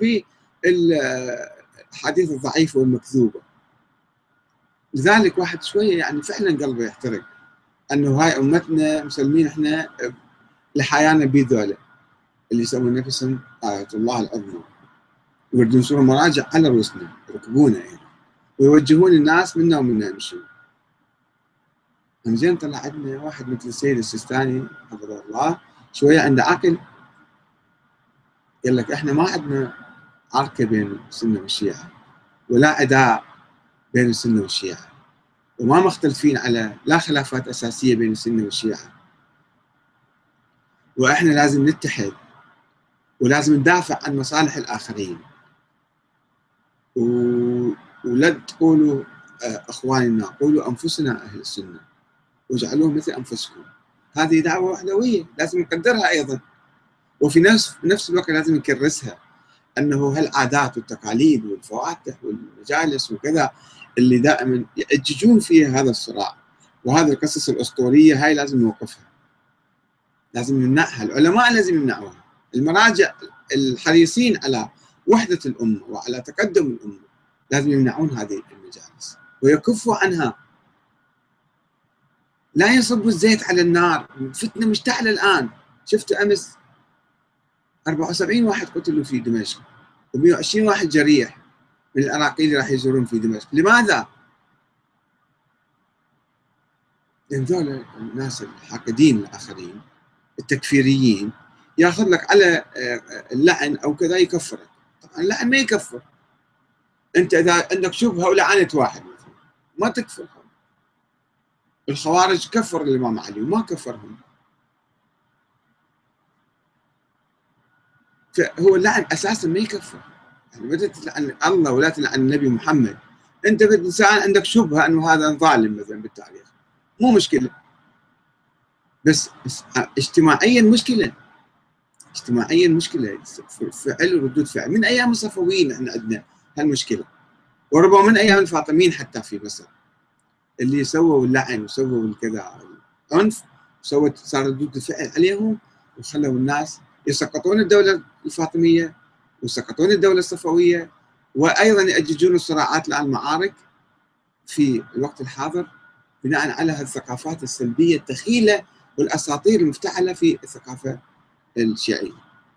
وبالحديث الضعيف والمكذوبة. لذلك واحد شوية يعني فعلا قلبه يحترق أنه هاي أمتنا مسلمين إحنا لحيانا بذولا اللي يسمون نفسهم آية الله العظمى. ويردون ينشرون مراجع على رؤوسنا يركبونا يعني، ويوجهون الناس منا ومنا يمشون. زين طلع عندنا واحد مثل السيد السيستاني حفظه الله شويه عنده عقل، قال لك احنا ما عندنا عركه بين السنه والشيعه ولا عداء بين السنه والشيعه، وما مختلفين على لا خلافات اساسيه بين السنه والشيعه، واحنا لازم نتحد ولازم ندافع عن مصالح الاخرين، و... ولا تقولوا اخواننا، قولوا انفسنا اهل السنه واجعلوهم مثل انفسكم. هذه دعوه وحدويه لازم نقدرها ايضا، وفي نفس نفس الوقت لازم نكرسها، انه هالعادات والتقاليد والفواتح والمجالس وكذا اللي دائما يأججون فيها هذا الصراع وهذه القصص الاسطوريه، هاي لازم نوقفها، لازم نمنعها، العلماء لازم يمنعوها، المراجع الحريصين على وحده الامه وعلى تقدم الامه لازم يمنعون هذه المجالس ويكفوا عنها. لا يصبوا الزيت على النار، فتنه مشتعله الان. شفت امس أربعة وسبعين واحد قتلوا في دمشق ومئة وعشرين واحد جريح من العراقيين اللي راح يزورون في دمشق. لماذا؟ لأن ذول الناس الحاقدين الآخرين التكفيريين ياخذ لك على اللعن أو كذا يكفرك. طبعا اللعن ما يكفر، أنت إذا عندك شبهة ولعنت واحد مثلا ما تكفر. الخوارج كفر الإمام علي وما كفرهم، فهو اللعن أساسا ما يكفر. يعني بدأت تلعن الله ولا تلعن النبي محمد، أنت إنسان عندك شبهة أنه هذا ظالم مثلا بالتاريخ، مو مشكلة، بس اجتماعيا مشكلة، اجتماعيا مشكلة، فعل وردود فعل. من أيام الصفويين احنا عندنا هالمشكلة، وربما من أيام الفاطميين حتى في مصر اللي سووا اللعن وسووا الكذا العنف، وسوت صار ردود الفعل عليهم وخلوا الناس يسقطون الدولة الفاطمية ويسقطون الدولة الصفوية، وأيضا يأججون الصراعات على المعارك في الوقت الحاضر بناء على هالثقافات السلبية الدخيلة والأساطير المفتعلة في الثقافة الشيعية.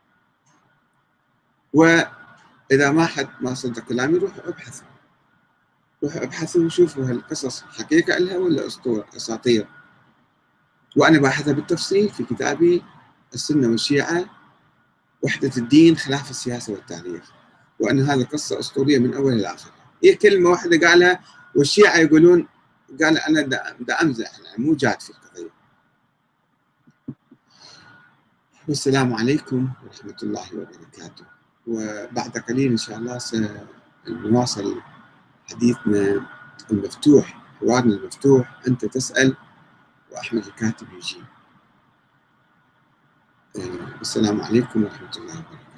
وإذا ما حد ما صدق كلامي روحوا ابحثوا، روحوا ابحثوا وشوفوا هالقصص حقيقة لها ولا أسطورة أساطير. وأنا باحثها بالتفصيل في كتابي السنة والشيعة وحدة الدين خلاف السياسة والتاريخ، وأن هذه قصة أسطورية من أولها إلى آخرها. هي كلمة واحدة قالها والشيعة يقولون قال أنا دا أمزح، يعني مو جاد في القضية. والسلام عليكم ورحمة الله وبركاته. وبعد قليل إن شاء الله سنواصل حديثنا المفتوح، حوارنا المفتوح، أنت تسأل وأحمد الكاتب يجيب. السلام عليكم ورحمة الله وبركاته.